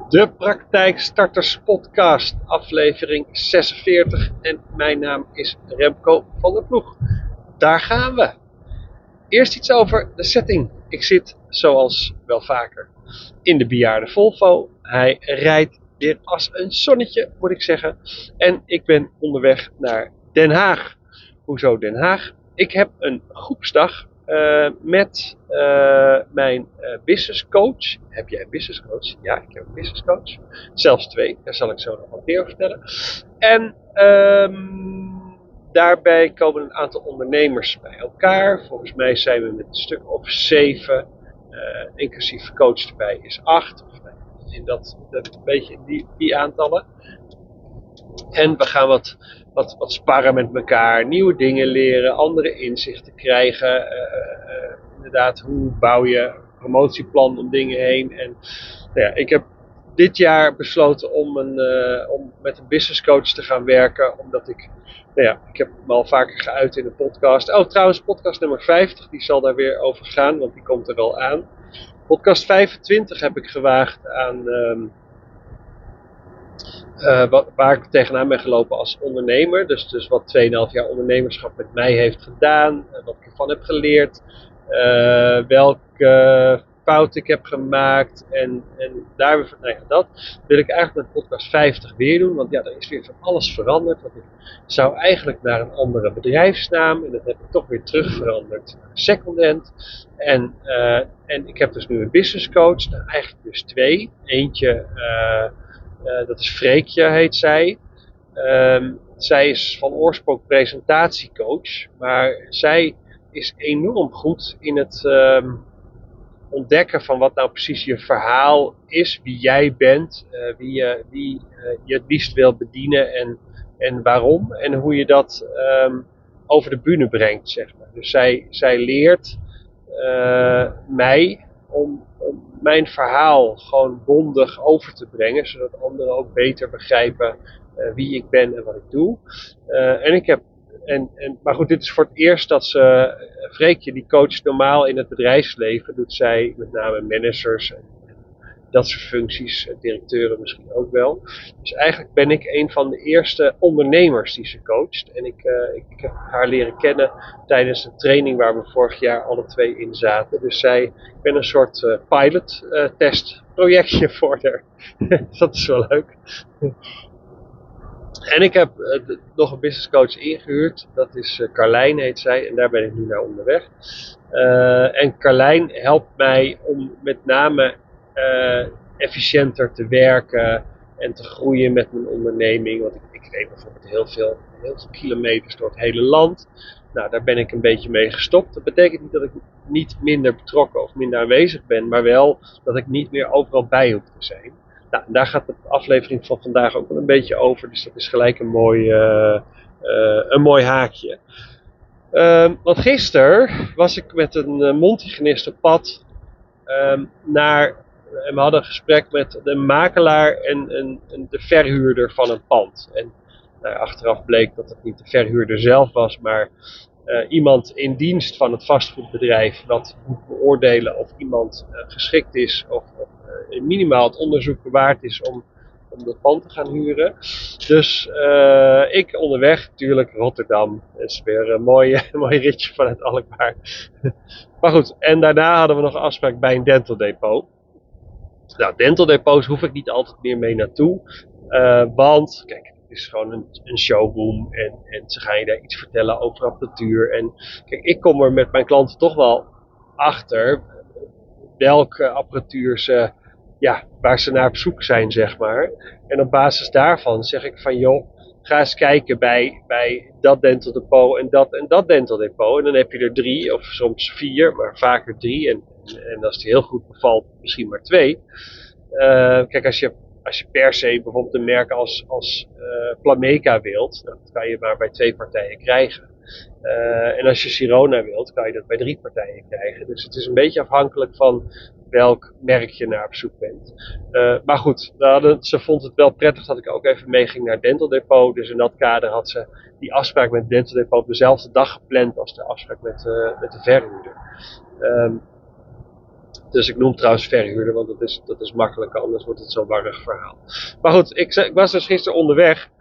De Praktijkstarters Podcast, aflevering 46. En mijn naam is Remco van der Ploeg. Daar gaan we. Eerst iets over de setting. Ik zit, zoals wel vaker, in de bejaarde Volvo. Hij rijdt weer als een zonnetje, moet ik zeggen. En ik ben onderweg naar Den Haag. Hoezo Den Haag? Ik heb een groepsdag met mijn business coach. Heb jij een business coach? Ja, ik heb een business coach. Zelfs 2, daar zal ik zo nog wat meer over vertellen. En daarbij komen een aantal ondernemers bij elkaar. Volgens mij zijn we met een stuk of 7, inclusief coach erbij is 8. In dat een beetje die aantallen. En we gaan wat sparren met elkaar, nieuwe dingen leren, andere inzichten krijgen. Inderdaad, hoe bouw je een promotieplan om dingen heen. En ik heb dit jaar besloten om met een business coach te gaan werken, omdat ik heb me al vaker geuit in een podcast. Oh, trouwens, podcast nummer 50, die zal daar weer over gaan, want die komt er al aan. Podcast 25 heb ik gewaagd aan waar ik tegenaan ben gelopen als ondernemer. Dus wat 2,5 jaar ondernemerschap met mij heeft gedaan. Wat ik ervan heb geleerd. Welke fouten ik heb gemaakt. En daar dat wil ik eigenlijk met podcast 50 weer doen. Want er is weer van alles veranderd. Want ik zou eigenlijk naar een andere bedrijfsnaam. En dat heb ik toch weer terug veranderd naar Secondhand. En ik heb dus nu een business coach. Nou, eigenlijk dus 2. Eentje... dat is Freekje, heet zij. Zij is van oorsprong presentatiecoach, maar zij is enorm goed in het ontdekken van wat nou precies je verhaal is, wie jij bent, wie je het liefst wil bedienen en waarom en hoe je dat over de bühne brengt, zeg maar. Dus zij leert mij om mijn verhaal gewoon bondig over te brengen, zodat anderen ook beter begrijpen wie ik ben en wat ik doe. Maar goed, dit is voor het eerst dat Freekje, die coacht normaal in het bedrijfsleven, doet zij met name managers en dat soort functies, directeuren misschien ook wel. Dus eigenlijk ben ik een van de eerste ondernemers die ze coacht. En ik heb haar leren kennen tijdens een training waar we vorig jaar alle 2 in zaten. Dus ik ben een soort pilot test projectje voor haar. Dat is wel leuk. En ik heb nog een business coach ingehuurd. Dat is Carlijn, heet zij. En daar ben ik nu naar onderweg. En Carlijn helpt mij om met name efficiënter te werken en te groeien met mijn onderneming. Want ik reed bijvoorbeeld heel veel kilometers door het hele land. Nou, daar ben ik een beetje mee gestopt. Dat betekent niet dat ik niet minder betrokken of minder aanwezig ben, maar wel dat ik niet meer overal bij hoef te zijn. Nou, daar gaat de aflevering van vandaag ook wel een beetje over, dus dat is gelijk een mooi haakje. Want gisteren was ik met een mondhygiënist op pad en we hadden een gesprek met de makelaar en de verhuurder van een pand. En achteraf bleek dat het niet de verhuurder zelf was, maar iemand in dienst van het vastgoedbedrijf dat moet beoordelen of iemand geschikt is of minimaal het onderzoek waard is om dat pand te gaan huren. Dus ik onderweg, natuurlijk Rotterdam. Dat is weer een mooi ritje vanuit Alkmaar. Maar goed, en daarna hadden we nog een afspraak bij een dental depot. Nou, dental depots hoef ik niet altijd meer mee naartoe. Want, kijk, het is gewoon een showroom en ze gaan je daar iets vertellen over apparatuur. En kijk, ik kom er met mijn klanten toch wel achter welke apparatuur waar ze naar op zoek zijn, zeg maar. En op basis daarvan zeg ik van, joh, ga eens kijken bij dat dental depot en dat dental depot. En dan heb je er 3 of soms 4, maar vaker 3. En als die heel goed bevalt, misschien maar 2. Kijk, als je per se bijvoorbeeld een merk als Plameca wilt, dat kan je maar bij 2 partijen krijgen. En als je Sirona wilt, kan je dat bij 3 partijen krijgen. Dus het is een beetje afhankelijk van welk merk je naar op zoek bent. Maar goed, ze vond het wel prettig dat ik ook even meeging naar Dental Depot. Dus in dat kader had ze die afspraak met Dental Depot op dezelfde dag gepland als de afspraak met de verhuurder. Dus ik noem trouwens verhuurder, want dat is makkelijker, anders wordt het zo'n warrig verhaal. Maar goed, ik was dus gisteren onderweg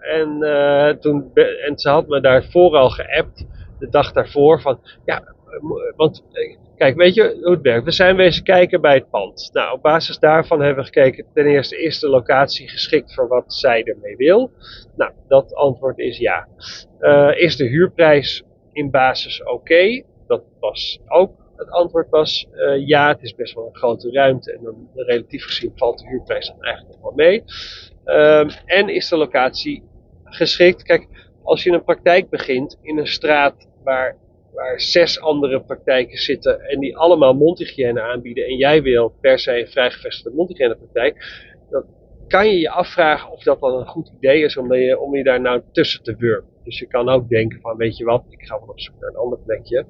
en ze had me daarvoor al geappt, de dag daarvoor, van ja, want kijk, weet je hoe het werkt? We zijn wezen kijken bij het pand. Nou, op basis daarvan hebben we gekeken, ten eerste, is de locatie geschikt voor wat zij ermee wil? Nou, dat antwoord is ja. Is de huurprijs in basis oké? Dat was ook. Het antwoord was ja, het is best wel een grote ruimte en dan relatief gezien valt de huurprijs dan eigenlijk nog wel mee. En is de locatie geschikt? Kijk, als je een praktijk begint in een straat waar 6 andere praktijken zitten en die allemaal mondhygiëne aanbieden en jij wil per se een vrijgevestigde mondhygiënepraktijk, dan kan je je afvragen of dat dan een goed idee is om je daar nou tussen te wurmen. Dus je kan ook denken van, weet je wat, ik ga wel op zoek naar een ander plekje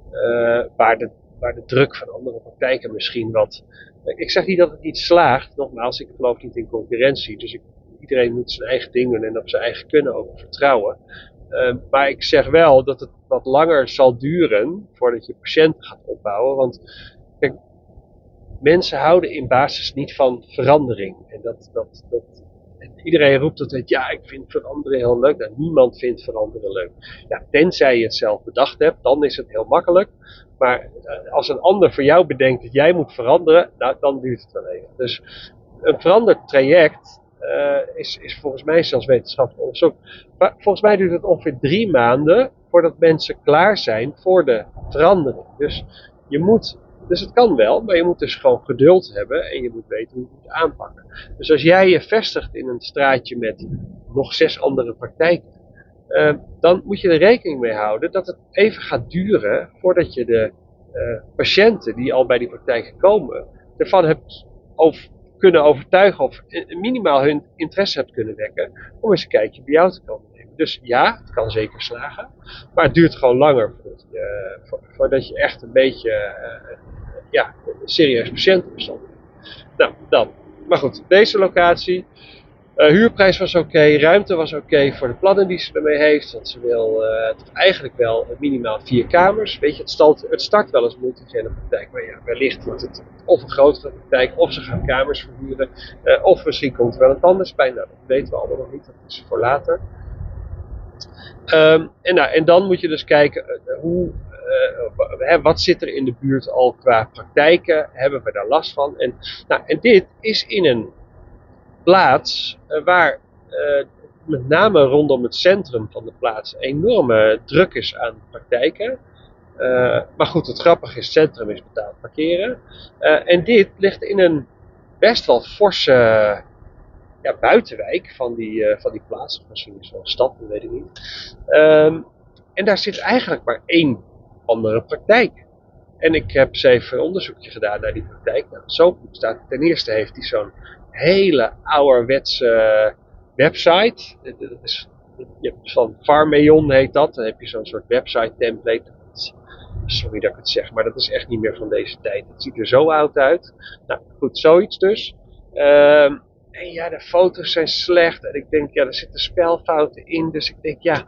waar de druk van andere praktijken misschien wat. Ik zeg niet dat het niet slaagt, nogmaals, ik geloof niet in concurrentie, dus iedereen moet zijn eigen ding doen en op zijn eigen kunnen ook vertrouwen. Maar ik zeg wel dat het wat langer zal duren voordat je patiënten gaat opbouwen. Want kijk, mensen houden in basis niet van verandering. En iedereen roept altijd, ja, ik vind veranderen heel leuk. Nou, niemand vindt veranderen leuk. Ja, tenzij je het zelf bedacht hebt, dan is het heel makkelijk. Maar als een ander voor jou bedenkt dat jij moet veranderen, nou, dan duurt het wel even. Dus een veranderd traject is volgens mij zelfs wetenschappelijk onderzoek. Maar volgens mij duurt het ongeveer 3 maanden voordat mensen klaar zijn voor de verandering. Dus het kan wel, maar je moet dus gewoon geduld hebben en je moet weten hoe je het moet aanpakken. Dus als jij je vestigt in een straatje met nog 6 andere praktijken, dan moet je er rekening mee houden dat het even gaat duren voordat je de patiënten die al bij die praktijken komen, ervan hebt kunnen overtuigen of minimaal hun interesse hebt kunnen wekken om eens een kijkje bij jou te komen nemen. Dus ja, het kan zeker slagen, maar het duurt gewoon langer voordat je echt een beetje serieus patiëntenbestand hebt. Nou, dan. Maar goed, deze locatie. Huurprijs was oké, ruimte was oké voor de plannen die ze ermee heeft. Want ze wil eigenlijk wel minimaal 4 kamers. Weet je, het start wel als multigenenpraktijk. Maar ja, wellicht wordt het of een grotere praktijk, of ze gaan kamers verhuren. Of misschien komt er wel een anders bij. Nou, dat weten we allemaal nog niet, dat is voor later. En dan moet je dus kijken wat zit er in de buurt al qua praktijken. Hebben we daar last van? En dit is in een plaats waar met name rondom het centrum van de plaats enorme druk is aan praktijken. Maar goed, het grappige is, het centrum is betaald parkeren. En dit ligt in een best wel forse buitenwijk van die plaats. Of misschien is het wel een stad, dat weet ik niet. En daar zit eigenlijk maar 1 andere praktijk. En ik heb eens even een onderzoekje gedaan naar die praktijk. Nou, zo goed staat. Ten eerste heeft hij zo'n hele ouderwetse website. Je hebt van Pharmeon heet dat. Dan heb je zo'n soort website template. Sorry dat ik het zeg, maar dat is echt niet meer van deze tijd. Het ziet er zo oud uit. Nou goed, zoiets dus. En ja, de foto's zijn slecht. En ik denk, ja, er zitten spelfouten in. Dus ik denk, ja,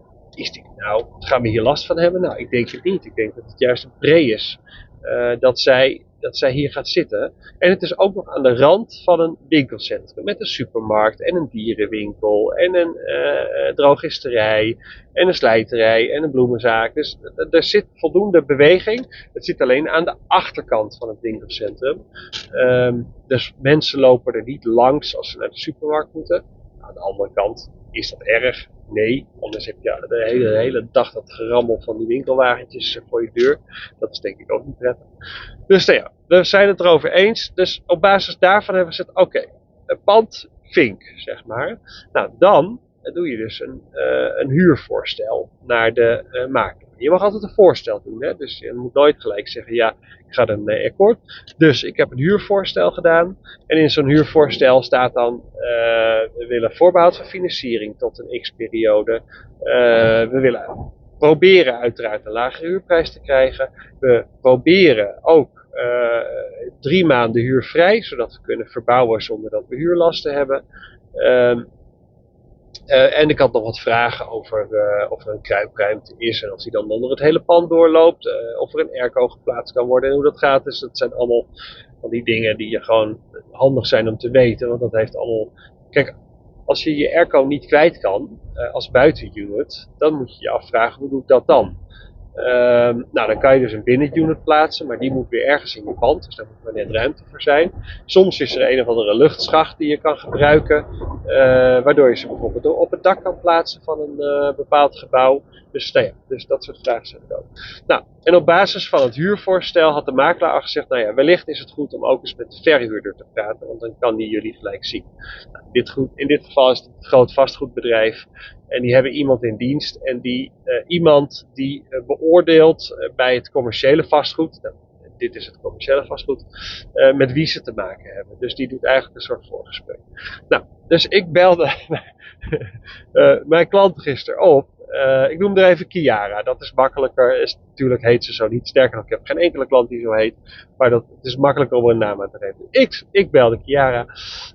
gaan we hier last van hebben? Nou, ik denk het niet. Ik denk dat het juist een pre is dat zij hier gaat zitten. En het is ook nog aan de rand van een winkelcentrum met een supermarkt en een dierenwinkel en een drogisterij en een slijterij en een bloemenzaak. Dus er zit voldoende beweging. Het zit alleen aan de achterkant van het winkelcentrum. Dus mensen lopen er niet langs als ze naar de supermarkt moeten. Aan de andere kant, is dat erg? Nee, anders heb je de hele dag dat gerammel van die winkelwagentjes voor je deur. Dat is denk ik ook niet prettig. Dus ja, we zijn het erover eens. Dus op basis daarvan hebben we gezegd, oké, een pand vink, zeg maar. Nou, dan doe je dus een huurvoorstel naar de makelaar. Je mag altijd een voorstel doen, hè? Dus je moet nooit gelijk zeggen, ja, ik ga er een akkoord. Dus ik heb een huurvoorstel gedaan. En in zo'n huurvoorstel staat dan, we willen voorbehoud van financiering tot een x-periode. We willen proberen uiteraard een lagere huurprijs te krijgen. We proberen ook 3 maanden huurvrij, zodat we kunnen verbouwen zonder dat we huurlasten hebben. En ik had nog wat vragen over of er een kruipruimte is en of die dan onder het hele pand doorloopt. Of er een airco geplaatst kan worden en hoe dat gaat. Dus dat zijn allemaal van die dingen die je gewoon handig zijn om te weten. Want dat heeft allemaal... Kijk, als je je airco niet kwijt kan als buitenunit, dan moet je je afvragen hoe doe ik dat dan? Nou, dan kan je dus een binnenunit plaatsen, maar die moet weer ergens in je pand, dus daar moet maar net ruimte voor zijn. Soms is er een of andere luchtschacht die je kan gebruiken, waardoor je ze bijvoorbeeld op het dak kan plaatsen van een bepaald gebouw. Dus, nou ja, dus dat soort vragen zijn er ook. Nou, en op basis van het huurvoorstel had de makelaar al gezegd, nou ja, wellicht is het goed om ook eens met de verhuurder te praten, want dan kan die jullie gelijk zien. Nou, in dit geval is het een groot vastgoedbedrijf. En die hebben iemand in dienst en iemand die beoordeelt bij het commerciële vastgoed, nou, dit is het commerciële vastgoed, met wie ze te maken hebben. Dus die doet eigenlijk een soort voorgesprek. Nou, dus ik belde mijn klant gisteren op. Ik noem er even Chiara, dat is makkelijker. Natuurlijk heet ze zo niet. Sterker nog, ik heb geen enkele klant die zo heet. Maar het is makkelijker om een naam aan te geven. Ik belde Chiara.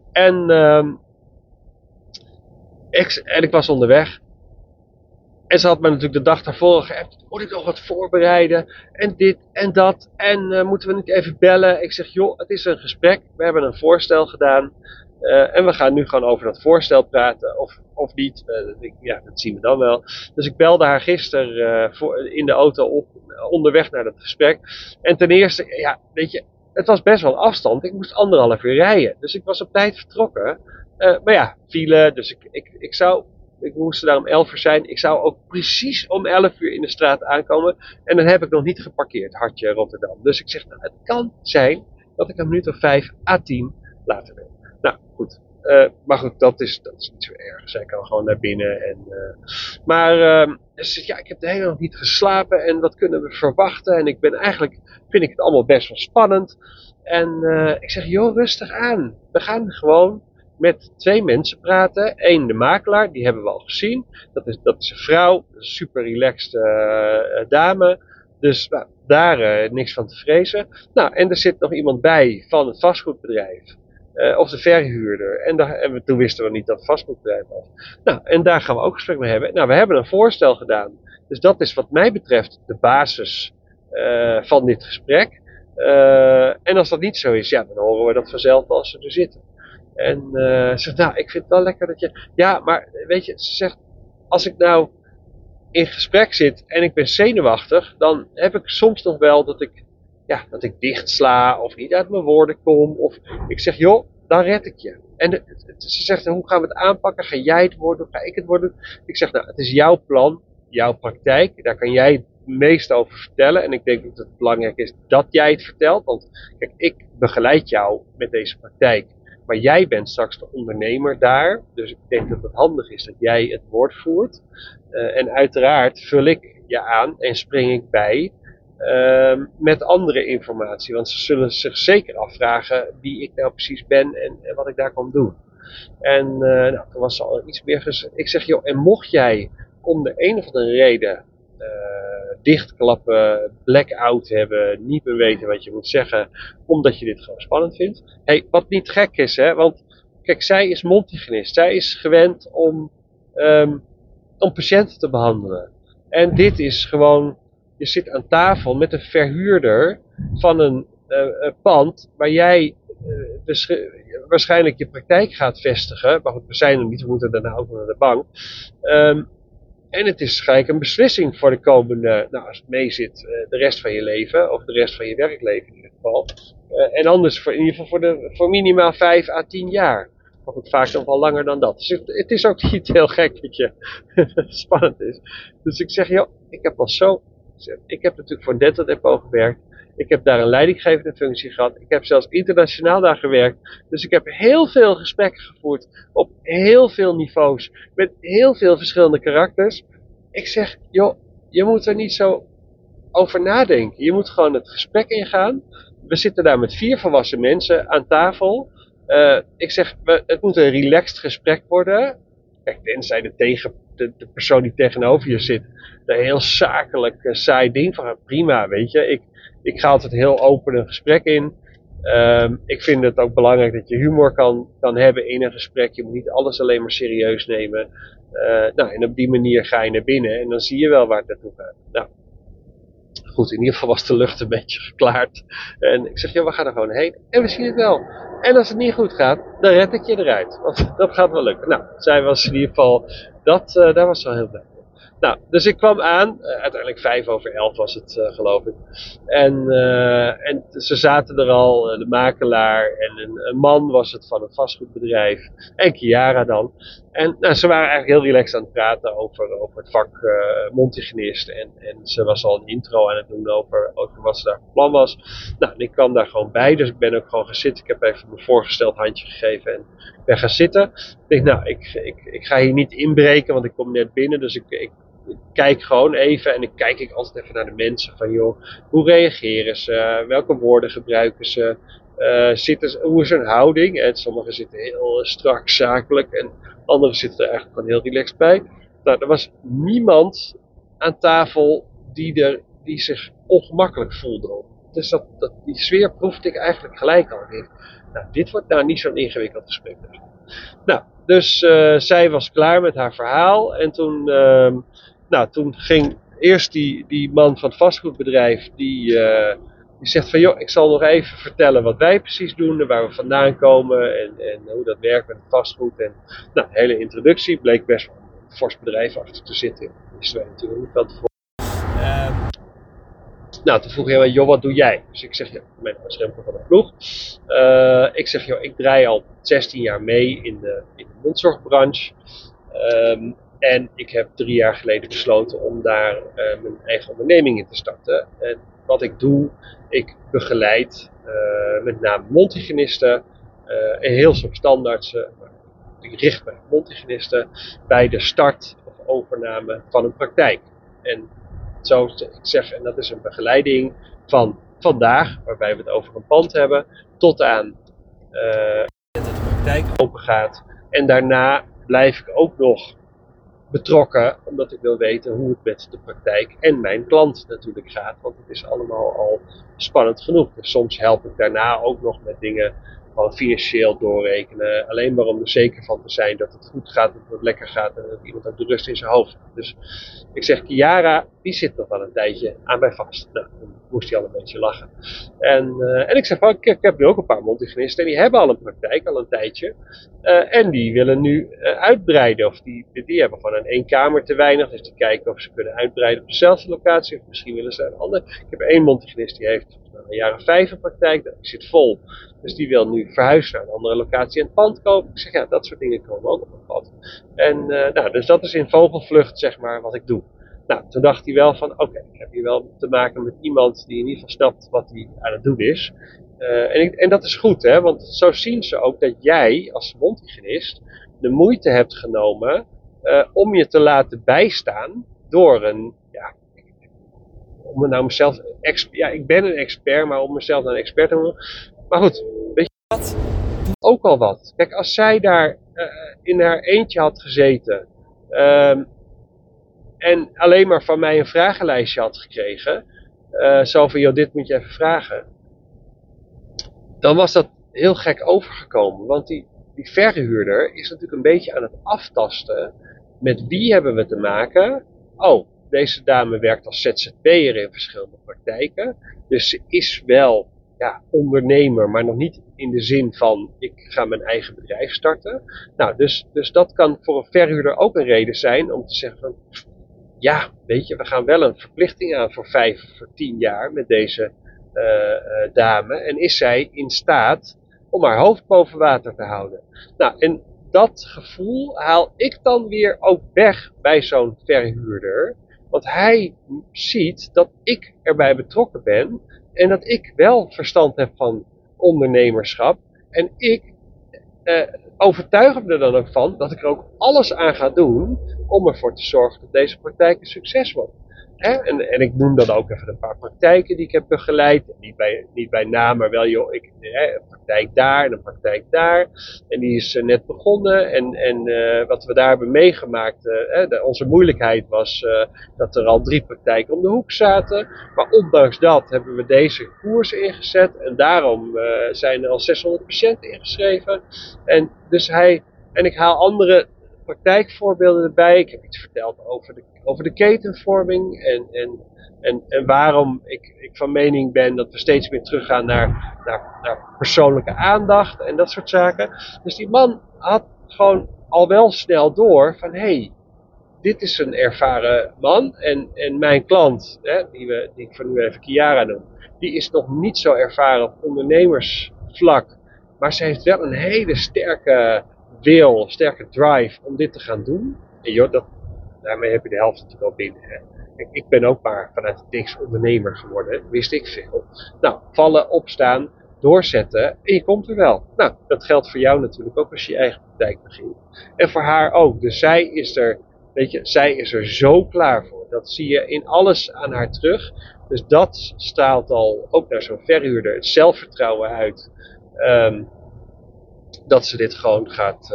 En ik was onderweg. En ze had me natuurlijk de dag daarvoor geappt. Moet ik nog wat voorbereiden? En dit en dat. En moeten we niet even bellen? Ik zeg, joh, het is een gesprek. We hebben een voorstel gedaan. En we gaan nu gewoon over dat voorstel praten. Of niet. Ja, dat zien we dan wel. Dus ik belde haar gisteren in de auto op. Onderweg naar dat gesprek. En ten eerste, ja, weet je. Het was best wel afstand. Ik moest 1,5 uur rijden. Dus ik was op tijd vertrokken. Maar ja, file. Dus ik moest er daar om 11 uur zijn. Ik zou ook precies om 11 uur in de straat aankomen. En dan heb ik nog niet geparkeerd, Hartje Rotterdam. Dus ik zeg, nou, het kan zijn dat ik een minuut of 5 à 10 later ben. Nou, goed. Maar goed, dat is niet zo erg. Zij kan gewoon naar binnen. Ze zegt, ja, ik heb de hele nacht niet geslapen. En wat kunnen we verwachten? En vind ik het allemaal best wel spannend. En ik zeg, joh, rustig aan. We gaan gewoon met 2 mensen praten. Eén, de makelaar, die hebben we al gezien. Dat is een vrouw, een super relaxed dame. Dus nou, daar niks van te vrezen. Nou, en er zit nog iemand bij van het vastgoedbedrijf. Of de verhuurder. En toen wisten we niet dat het vastgoedbedrijf was. Nou, en daar gaan we ook gesprek mee hebben. Nou, we hebben een voorstel gedaan. Dus dat is wat mij betreft de basis van dit gesprek. En als dat niet zo is, ja, dan horen we dat vanzelf als ze er zitten. En ze zegt, nou, ik vind het wel lekker dat je... Ja, maar weet je, ze zegt, als ik nou in gesprek zit en ik ben zenuwachtig, dan heb ik soms nog wel dat ik dichtsla of niet uit mijn woorden kom. Of ik zeg, joh, dan red ik je. En ze zegt, hoe gaan we het aanpakken? Ga jij het worden of ga ik het worden? Ik zeg, nou, het is jouw plan, jouw praktijk. Daar kan jij het meest over vertellen. En ik denk dat het belangrijk is dat jij het vertelt. Want kijk, ik begeleid jou met deze praktijk. Maar jij bent straks de ondernemer daar. Dus ik denk dat het handig is dat jij het woord voert. En uiteraard vul ik je aan en spring ik bij met andere informatie. Want ze zullen zich zeker afvragen wie ik nou precies ben en wat ik daar kan doen. En nou, toen was ze al iets meer ik zeg, joh, en mocht jij om de een of andere reden dichtklappen, blackout hebben, niet meer weten wat je moet zeggen, omdat je dit gewoon spannend vindt. Hey, wat niet gek is, hè, want kijk, zij is mondhygiënist. Zij is gewend om patiënten te behandelen. En dit is gewoon, je zit aan tafel met een verhuurder van een pand waar jij waarschijnlijk je praktijk gaat vestigen. Maar goed, we zijn er niet, we moeten daarna ook naar de bank. En het is gelijk een beslissing voor de komende, nou als het mee zit, de rest van je leven. Of de rest van je werkleven in ieder geval. En anders in ieder geval voor minimaal 5 à 10 jaar. Maar goed, vaak nog wel langer dan dat. Dus het is ook niet heel gek dat je spannend is. Dus ik zeg, joh, ik heb natuurlijk voor Dental Depot gewerkt. Ik heb daar een leidinggevende functie gehad. Ik heb zelfs internationaal daar gewerkt. Dus ik heb heel veel gesprekken gevoerd op heel veel niveaus. Met heel veel verschillende karakters. Ik zeg, joh, je moet er niet zo over nadenken. Je moet gewoon het gesprek ingaan. We zitten daar met 4 volwassen mensen aan tafel. Ik zeg, het moet een relaxed gesprek worden. Kijk, tenzij de persoon die tegenover je zit een heel zakelijk, saai ding van, prima, weet je. Ik ga altijd heel open een gesprek in. Ik vind het ook belangrijk dat je humor kan hebben in een gesprek. Je moet niet alles alleen maar serieus nemen. En op die manier ga je naar binnen en dan zie je wel waar het naartoe gaat. Nou, goed, in ieder geval was de lucht een beetje geklaard. En ik zeg, ja, we gaan er gewoon heen. En we zien het wel. En als het niet goed gaat, dan red ik je eruit. Want dat gaat wel lukken. Nou, zij was in ieder geval, daar was ze wel heel blij. Nou, dus ik kwam aan, uiteindelijk 11:05 was het, geloof ik. En ze zaten er al, de makelaar en een man was het van een vastgoedbedrijf. En Chiara dan. En nou, ze waren eigenlijk heel relaxed aan het praten over het vak mondhygiënist. En ze was al een intro aan het doen over wat ze daar van plan was. Nou, en ik kwam daar gewoon bij, dus ik ben ook gewoon gaan zitten. Ik heb even mijn voorgesteld handje gegeven en ik ben gaan zitten. Ik denk, nou, ik ga hier niet inbreken, want ik kom net binnen. Dus ik kijk gewoon even en dan kijk ik altijd even naar de mensen van joh, hoe reageren ze, welke woorden gebruiken ze, hoe is hun houding. En sommigen zitten heel strak zakelijk en anderen zitten er eigenlijk gewoon heel relaxed bij. Nou, er was niemand aan tafel die zich ongemakkelijk voelde. Dus die sfeer proefde ik eigenlijk gelijk al. Nou, dit wordt nou niet zo'n ingewikkeld gesprek. Nou, dus zij was klaar met haar verhaal en toen ging eerst die man van het vastgoedbedrijf, die zegt van joh, ik zal nog even vertellen wat wij precies doen en waar we vandaan komen en hoe dat werkt met het vastgoed. En nou, de hele introductie bleek best wel een fors bedrijf achter te zitten. Dat wisten wij natuurlijk niet van tevoren. Nou, toen vroeg hij, joh, wat doe jij? Dus ik zeg, ja, ik ben Remco van de ploeg. Ik zeg, joh, ik draai al 16 jaar mee in de mondzorgbranche. En ik heb 3 jaar geleden besloten om daar mijn eigen onderneming in te starten. En wat ik doe, ik begeleid met name mondhygiënisten en heel soort standaardsen. Ik richt me op mondhygiënisten bij de start of overname van een praktijk. En zo, ik zeg, en dat is een begeleiding van vandaag, waarbij we het over een pand hebben, tot aan dat de praktijk open gaat. En daarna blijf ik ook nog betrokken, omdat ik wil weten hoe het met de praktijk en mijn klant natuurlijk gaat. Want het is allemaal al spannend genoeg. Dus soms help ik daarna ook nog met dingen van financieel doorrekenen. Alleen maar om er zeker van te zijn dat het goed gaat, dat het lekker gaat en dat iemand ook de rust in zijn hoofd heeft. Dus ik zeg, Chiara, die zit nog wel een tijdje aan mij vast. Nou, dan moest hij al een beetje lachen. En ik zeg, ik heb nu ook een paar mondhygiënisten en die hebben al een praktijk, al een tijdje. En die willen nu uitbreiden. Of die hebben gewoon een 1 kamer te weinig. Dus die kijken of ze kunnen uitbreiden op dezelfde locatie. Of misschien willen ze een andere. Ik heb 1 mondhygiënist die heeft een jaar of 5 een praktijk. Die zit vol. Dus die wil nu verhuizen naar een andere locatie en het pand kopen. Ik zeg, ja, dat soort dingen komen ook op het pad. En dus dat is in vogelvlucht, zeg maar, wat ik doe. Nou, toen dacht hij wel van, oké, ik heb hier wel te maken met iemand die in ieder geval snapt wat hij aan het doen is. En dat is goed, hè, want zo zien ze ook dat jij als mondhygiënist de moeite hebt genomen om je te laten bijstaan door om me nou mezelf, ik ben een expert, maar om mezelf nou een expert te noemen. Maar goed, weet je wat? Ook al wat. Kijk, als zij daar in haar eentje had gezeten en alleen maar van mij een vragenlijstje had gekregen, zo van, joh, dit moet je even vragen, dan was dat heel gek overgekomen. Want die verhuurder is natuurlijk een beetje aan het aftasten. Met wie hebben we te maken? Oh, deze dame werkt als ZZP'er in verschillende praktijken. Dus ze is wel ondernemer, maar nog niet in de zin van ik ga mijn eigen bedrijf starten. Nou, dus dat kan voor een verhuurder ook een reden zijn om te zeggen van, ja, weet je, we gaan wel een verplichting aan voor 5 of voor 10 jaar met deze dame. En is zij in staat om haar hoofd boven water te houden? Nou, en dat gevoel haal ik dan weer ook weg bij zo'n verhuurder. Want hij ziet dat ik erbij betrokken ben. En dat ik wel verstand heb van ondernemerschap. En ik overtuig hem er dan ook van dat ik er ook alles aan ga doen om ervoor te zorgen dat deze praktijk een succes wordt. En ik noem dan ook even een paar praktijken die ik heb begeleid. Niet bij naam, maar wel joh, een praktijk daar en een praktijk daar. En die is net begonnen. En wat we daar hebben meegemaakt, onze moeilijkheid was dat er al 3 praktijken om de hoek zaten. Maar ondanks dat hebben we deze koers ingezet. En daarom zijn er al 600 patiënten ingeschreven. En ik haal andere praktijkvoorbeelden erbij. Ik heb iets verteld over de ketenvorming en waarom ik van mening ben dat we steeds meer teruggaan naar persoonlijke aandacht en dat soort zaken. Dus die man had gewoon al wel snel door van hey, dit is een ervaren man en mijn klant, die ik voor nu even Chiara noem, die is nog niet zo ervaren op ondernemersvlak, maar ze heeft wel een hele sterke wil, sterke drive om dit te gaan doen. En joh, daarmee heb je de helft natuurlijk al binnen. Hè. Ik ben ook maar vanuit niks ondernemer geworden, wist ik veel. Nou, vallen, opstaan, doorzetten en je komt er wel. Nou, dat geldt voor jou natuurlijk ook als je je eigen praktijk begint. En voor haar ook. Dus zij is er zo klaar voor. Dat zie je in alles aan haar terug. Dus dat straalt al ook naar zo'n verhuurder het zelfvertrouwen uit. Dat ze dit gewoon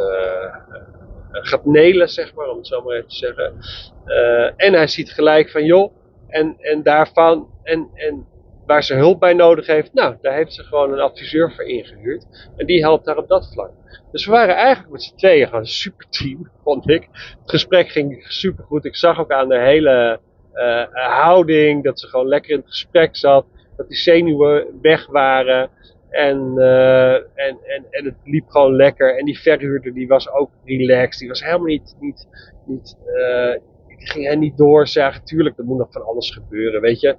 gaat nelen, zeg maar, om het zo maar even te zeggen. En hij ziet gelijk van, joh, en daarvan, en waar ze hulp bij nodig heeft, nou, daar heeft ze gewoon een adviseur voor ingehuurd. En die helpt haar op dat vlak. Dus we waren eigenlijk met z'n tweeën gewoon een super team, vond ik. Het gesprek ging super goed. Ik zag ook aan de hele houding dat ze gewoon lekker in het gesprek zat. Dat die zenuwen weg waren. En het liep gewoon lekker. En die verhuurder die was ook relaxed. Die was helemaal niet die ging hij niet doorzagen. Tuurlijk, er moet nog van alles gebeuren, weet je.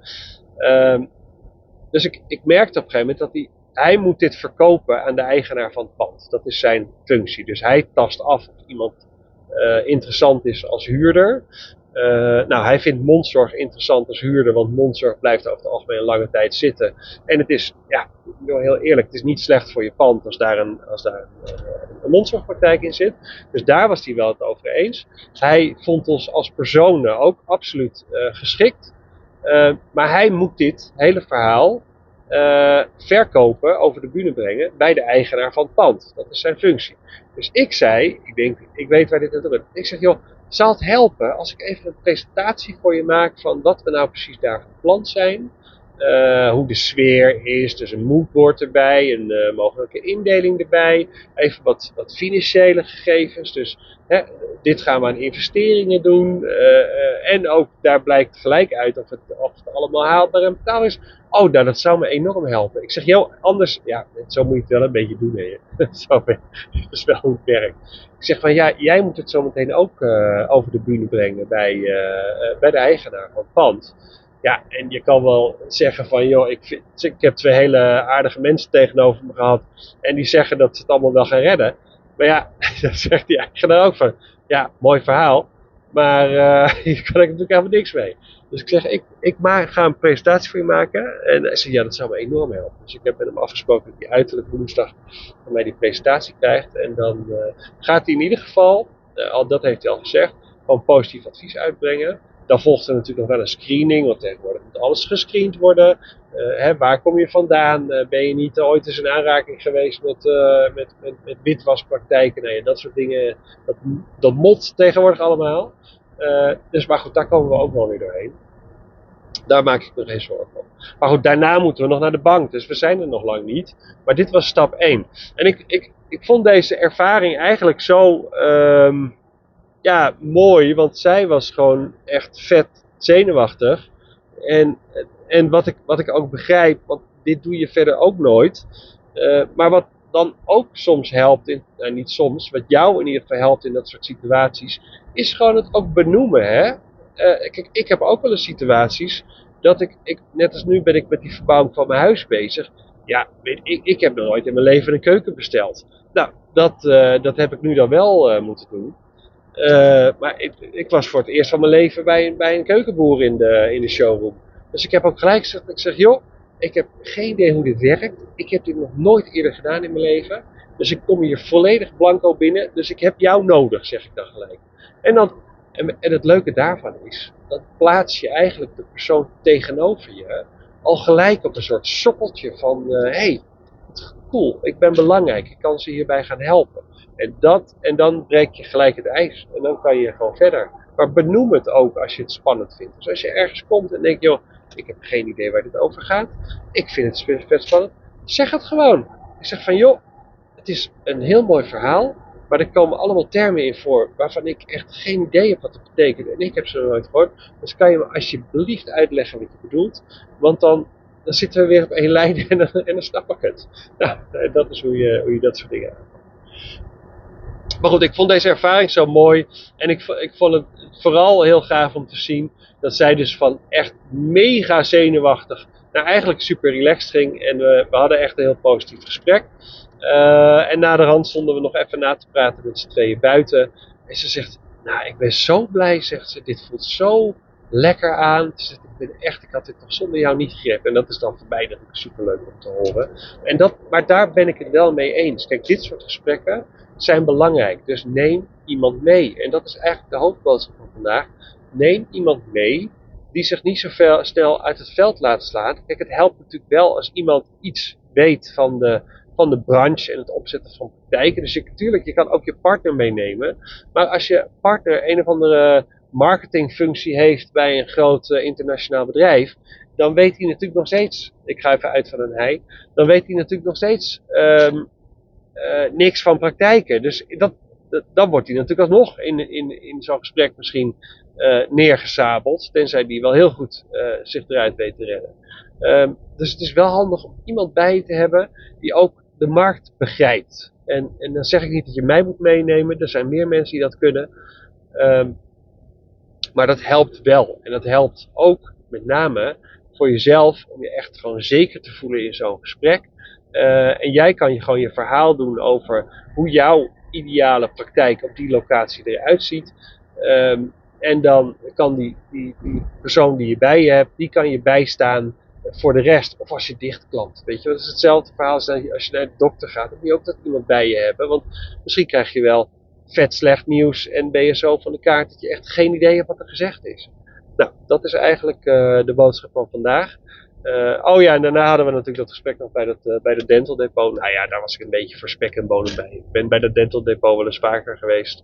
Dus ik merkte op een gegeven moment dat hij moet dit verkopen aan de eigenaar van het pand. Dat is zijn functie. Dus hij tast af of iemand interessant is als huurder. Nou, hij vindt mondzorg interessant als huurder, want mondzorg blijft over het algemeen een lange tijd zitten. En het is, ja, heel eerlijk, het is niet slecht voor je pand als daar een mondzorgpraktijk in zit. Dus daar was hij wel het over eens. Hij vond ons als personen ook absoluut geschikt. Maar hij moet dit hele verhaal verkopen, over de bühne brengen bij de eigenaar van het pand. Dat is zijn functie. Dus ik zei, ik weet waar dit naartoe gaat. Ik zeg, joh, zal het helpen als ik even een presentatie voor je maak van wat we nou precies daar van plan zijn? Hoe de sfeer is, dus een moodboard erbij, een mogelijke indeling erbij, even wat financiële gegevens. Dus dit gaan we aan investeringen doen en ook daar blijkt gelijk uit of het allemaal haalbaar en betaalbaar is. Oh, nou dat zou me enorm helpen. Ik zeg, joh, anders, ja, zo moet je het wel een beetje doen. Hè. Dat is wel hoe het werkt. Ik zeg van, ja, jij moet het zo meteen ook over de bühne brengen bij de eigenaar van het pand. Ja, en je kan wel zeggen van, joh, ik heb 2 hele aardige mensen tegenover me gehad. En die zeggen dat ze het allemaal wel gaan redden. Maar ja, dan zegt die eigenaar ook van, ja, mooi verhaal. Maar hier kan ik natuurlijk helemaal niks mee. Dus ik zeg, ik ga een presentatie voor je maken. En hij zei, ja, dat zou me enorm helpen. Dus ik heb met hem afgesproken dat hij uiterlijk woensdag van mij die presentatie krijgt. En dan gaat hij in ieder geval, dat heeft hij al gezegd, gewoon positief advies uitbrengen. Dan volgt er natuurlijk nog wel een screening, want tegenwoordig moet alles gescreend worden. Waar kom je vandaan? Ben je niet ooit eens in aanraking geweest met witwaspraktijken? Nou ja, dat soort dingen, dat mot tegenwoordig allemaal. Dus maar goed, daar komen we ook wel weer doorheen. Daar maak ik me geen zorgen om. Maar goed, daarna moeten we nog naar de bank, dus we zijn er nog lang niet. Maar dit was stap 1. En ik vond deze ervaring eigenlijk zo mooi, want zij was gewoon echt vet zenuwachtig. En wat ik ook begrijp, want dit doe je verder ook nooit. Maar wat dan ook soms helpt, niet soms, wat jou in ieder geval helpt in dat soort situaties, is gewoon het ook benoemen. Hè? Kijk, ik heb ook wel eens situaties dat ik, net als nu ben ik met die verbouwing van mijn huis bezig. Ja, ik heb nog nooit in mijn leven een keuken besteld. Nou, dat heb ik nu dan wel moeten doen. Maar ik was voor het eerst van mijn leven bij een keukenboer in de showroom. Dus ik heb ook gelijk gezegd, ik zeg, joh, ik heb geen idee hoe dit werkt. Ik heb dit nog nooit eerder gedaan in mijn leven. Dus ik kom hier volledig blanco binnen. Dus ik heb jou nodig, zeg ik dan gelijk. En het leuke daarvan is, dat plaats je eigenlijk de persoon tegenover je al gelijk op een soort sokkeltje van, hey, cool, ik ben belangrijk, ik kan ze hierbij gaan helpen. En dan breek je gelijk het ijs en dan kan je gewoon verder. Maar benoem het ook als je het spannend vindt. Dus als je ergens komt en denkt, joh, ik heb geen idee waar dit over gaat. Ik vind het vet spannend. Zeg het gewoon. Ik zeg van, joh, het is een heel mooi verhaal. Maar er komen allemaal termen in voor waarvan ik echt geen idee heb wat het betekent. En ik heb ze nog nooit gehoord. Dus kan je me alsjeblieft uitleggen wat je bedoelt. Want dan zitten we weer op één lijn en dan snap ik het. Nou, dat is hoe je dat soort dingen aanpakt. Maar goed, ik vond deze ervaring zo mooi. En ik vond het vooral heel gaaf om te zien dat zij dus van echt mega zenuwachtig naar eigenlijk super relaxed ging. En we hadden echt een heel positief gesprek. En naderhand stonden we nog even na te praten met z'n tweeën buiten. En ze zegt, nou, ik ben zo blij, zegt ze. Dit voelt zo lekker aan. Ze zegt, ik had dit toch zonder jou niet gegrepen. En dat is dan voor mij natuurlijk super leuk om te horen. Maar daar ben ik het wel mee eens. Kijk, dit soort gesprekken zijn belangrijk. Dus neem iemand mee. En dat is eigenlijk de hoofdboodschap van vandaag. Neem iemand mee die zich niet zo snel uit het veld laat slaan. Kijk, het helpt natuurlijk wel als iemand iets weet van de branche en het opzetten van praktijken. Dus natuurlijk, je kan ook je partner meenemen. Maar als je partner een of andere marketingfunctie heeft bij een groot internationaal bedrijf, dan weet hij natuurlijk nog steeds, ik ga even uit van een hij, dan weet hij natuurlijk nog steeds niks van praktijken. Dus dan wordt hij natuurlijk alsnog in zo'n gesprek misschien neergesabeld, tenzij die wel heel goed zich eruit weet te redden. Dus het is wel handig om iemand bij je te hebben die ook de markt begrijpt. En dan zeg ik niet dat je mij moet meenemen, er zijn meer mensen die dat kunnen. Maar dat helpt wel. En dat helpt ook met name voor jezelf om je echt gewoon zeker te voelen in zo'n gesprek. En jij kan gewoon je verhaal doen over hoe jouw ideale praktijk op die locatie eruit ziet. En dan kan die persoon die je bij je hebt, die kan je bijstaan voor de rest. Of als je dichtklapt. Weet je, dat is hetzelfde verhaal als je naar de dokter gaat. Dan moet je ook dat iemand bij je hebben. Want misschien krijg je wel vet slecht nieuws en ben je zo van de kaart dat je echt geen idee hebt wat er gezegd is. Nou, dat is eigenlijk de boodschap van vandaag. Oh ja, en daarna hadden we natuurlijk dat gesprek nog bij de Dental Depot. Nou ja, daar was ik een beetje voor spek en bonen bij. Ik ben bij de Dental Depot wel eens vaker geweest.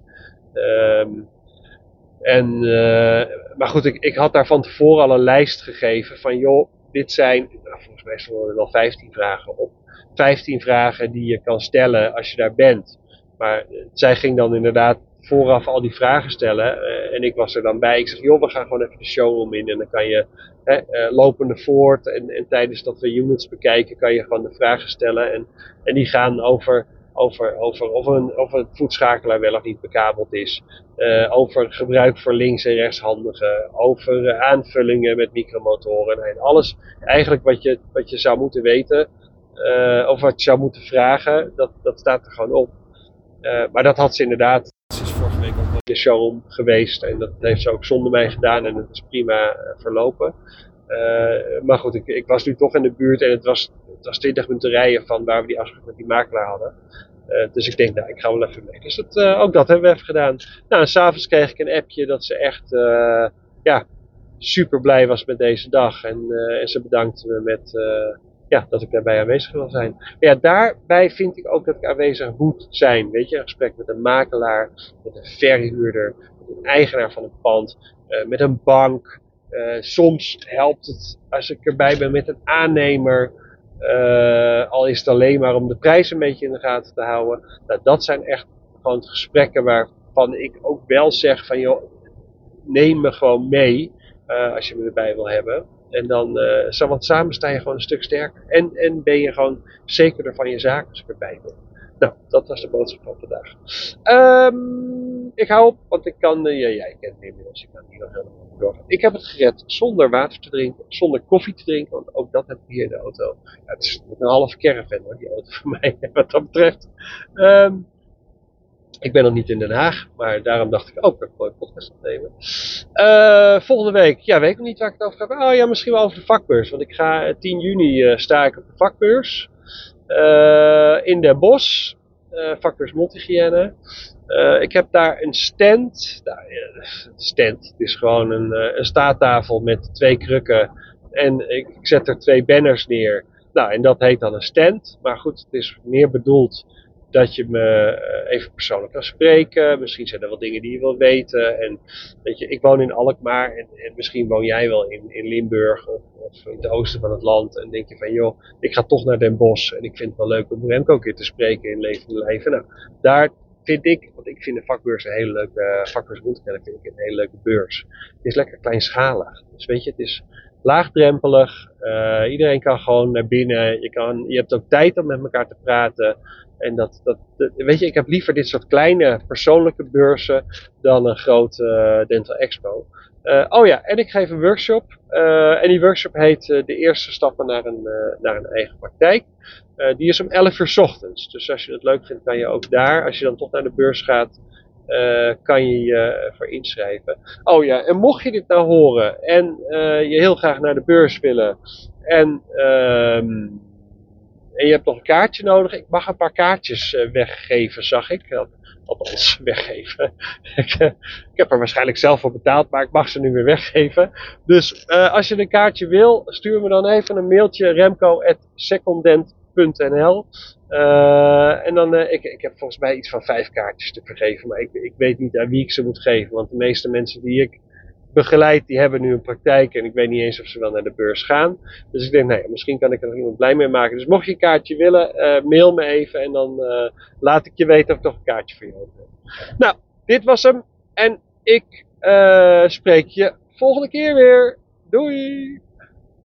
Maar goed, ik had daar van tevoren al een lijst gegeven van joh, dit zijn, nou, volgens mij stonden er wel 15 vragen op. 15 vragen die je kan stellen als je daar bent. Maar zij ging dan inderdaad vooraf al die vragen stellen. En ik was er dan bij. Ik zeg, joh, we gaan gewoon even de showroom in. En dan kan je lopende voort. En tijdens dat we units bekijken, kan je gewoon de vragen stellen. En die gaan over of een voetschakelaar wel of niet bekabeld is. Over gebruik voor links- en rechtshandigen. Over aanvullingen met micromotoren. En alles eigenlijk wat je zou moeten weten. Of wat je zou moeten vragen. Dat staat er gewoon op. Maar dat had ze inderdaad. Ze is vorige week ook in de showroom geweest. En dat heeft ze ook zonder mij gedaan. En het is prima verlopen. Maar goed, ik was nu toch in de buurt. En het was 20 minuten rijden van waar we die afspraak met die makelaar hadden. Dus ik denk, nou, ik ga wel even mee. Dus ook dat hebben we even gedaan. Nou, en s'avonds kreeg ik een appje dat ze echt super blij was met deze dag. En ze bedankte me met dat ik daarbij aanwezig wil zijn. Maar ja, daarbij vind ik ook dat ik aanwezig moet zijn. Weet je, een gesprek met een makelaar, met een verhuurder, met een eigenaar van een pand, met een bank. Soms helpt het als ik erbij ben met een aannemer. Al is het alleen maar om de prijs een beetje in de gaten te houden. Nou, dat zijn echt gewoon gesprekken waarvan ik ook wel zeg van joh, neem me gewoon mee als je me erbij wil hebben. En dan, want samen sta je gewoon een stuk sterker. En ben je gewoon zekerder van je zaak als ik erbij ben. Nou, dat was de boodschap van vandaag. Ik hou op, want ik kan, jij kent me inmiddels, ik kan hier nog helemaal doorgaan. Ik heb het gered zonder water te drinken, zonder koffie te drinken, want ook dat heb ik hier in de auto. Ja, het is een halve caravan hoor, die auto voor mij, wat dat betreft. Ik ben nog niet in Den Haag, maar daarom dacht ik ook dat ik een podcast opnemen. Volgende week, ja, weet ik nog niet waar ik het over ga. Oh ja, misschien wel over de vakbeurs, want ik ga 10 juni sta ik op de vakbeurs in Den Bosch. vakbeurs mondhygiëne. Ik heb daar een stand. Nou, stand, het is gewoon een staattafel met 2 krukken. En ik zet er 2 banners neer. Nou, en dat heet dan een stand. Maar goed, het is meer bedoeld dat je me even persoonlijk kan spreken. Misschien zijn er wel dingen die je wil weten. En weet je, ik woon in Alkmaar en misschien woon jij wel in Limburg of in het oosten van het land. En denk je van joh, ik ga toch naar Den Bosch en ik vind het wel leuk om Remco een keer te spreken in levende lijven. Nou, daar vind ik, want ik vind de vakbeurs een hele leuke, vakbeurs Rondkennen vind ik een hele leuke beurs. Het is lekker kleinschalig. Dus weet je, het is laagdrempelig. Iedereen kan gewoon naar binnen. Je hebt ook tijd om met elkaar te praten. En weet je, ik heb liever dit soort kleine persoonlijke beurzen dan een grote Dental Expo. Oh ja, en ik geef een workshop. En die workshop heet de eerste stappen naar een eigen praktijk. Die is om 11 uur 's ochtends. Dus als je het leuk vindt, kan je ook daar, als je dan toch naar de beurs gaat, kan je je voor inschrijven. Oh ja, en mocht je dit nou horen en je heel graag naar de beurs willen en je hebt nog een kaartje nodig. Ik mag een paar kaartjes weggeven, zag ik. Althans, weggeven. Ik heb er waarschijnlijk zelf voor betaald, maar ik mag ze nu weer weggeven. Dus als je een kaartje wil, stuur me dan even een mailtje remco@secondent.nl. En dan, ik heb volgens mij iets van 5 kaartjes te vergeven, maar ik weet niet aan wie ik ze moet geven. Want de meeste mensen die ik begeleid, die hebben nu een praktijk en ik weet niet eens of ze wel naar de beurs gaan. Dus ik denk, nee, misschien kan ik er nog iemand blij mee maken. Dus mocht je een kaartje willen, mail me even en dan laat ik je weten of ik toch een kaartje voor je over heb. Nou, dit was hem en ik spreek je volgende keer weer. Doei!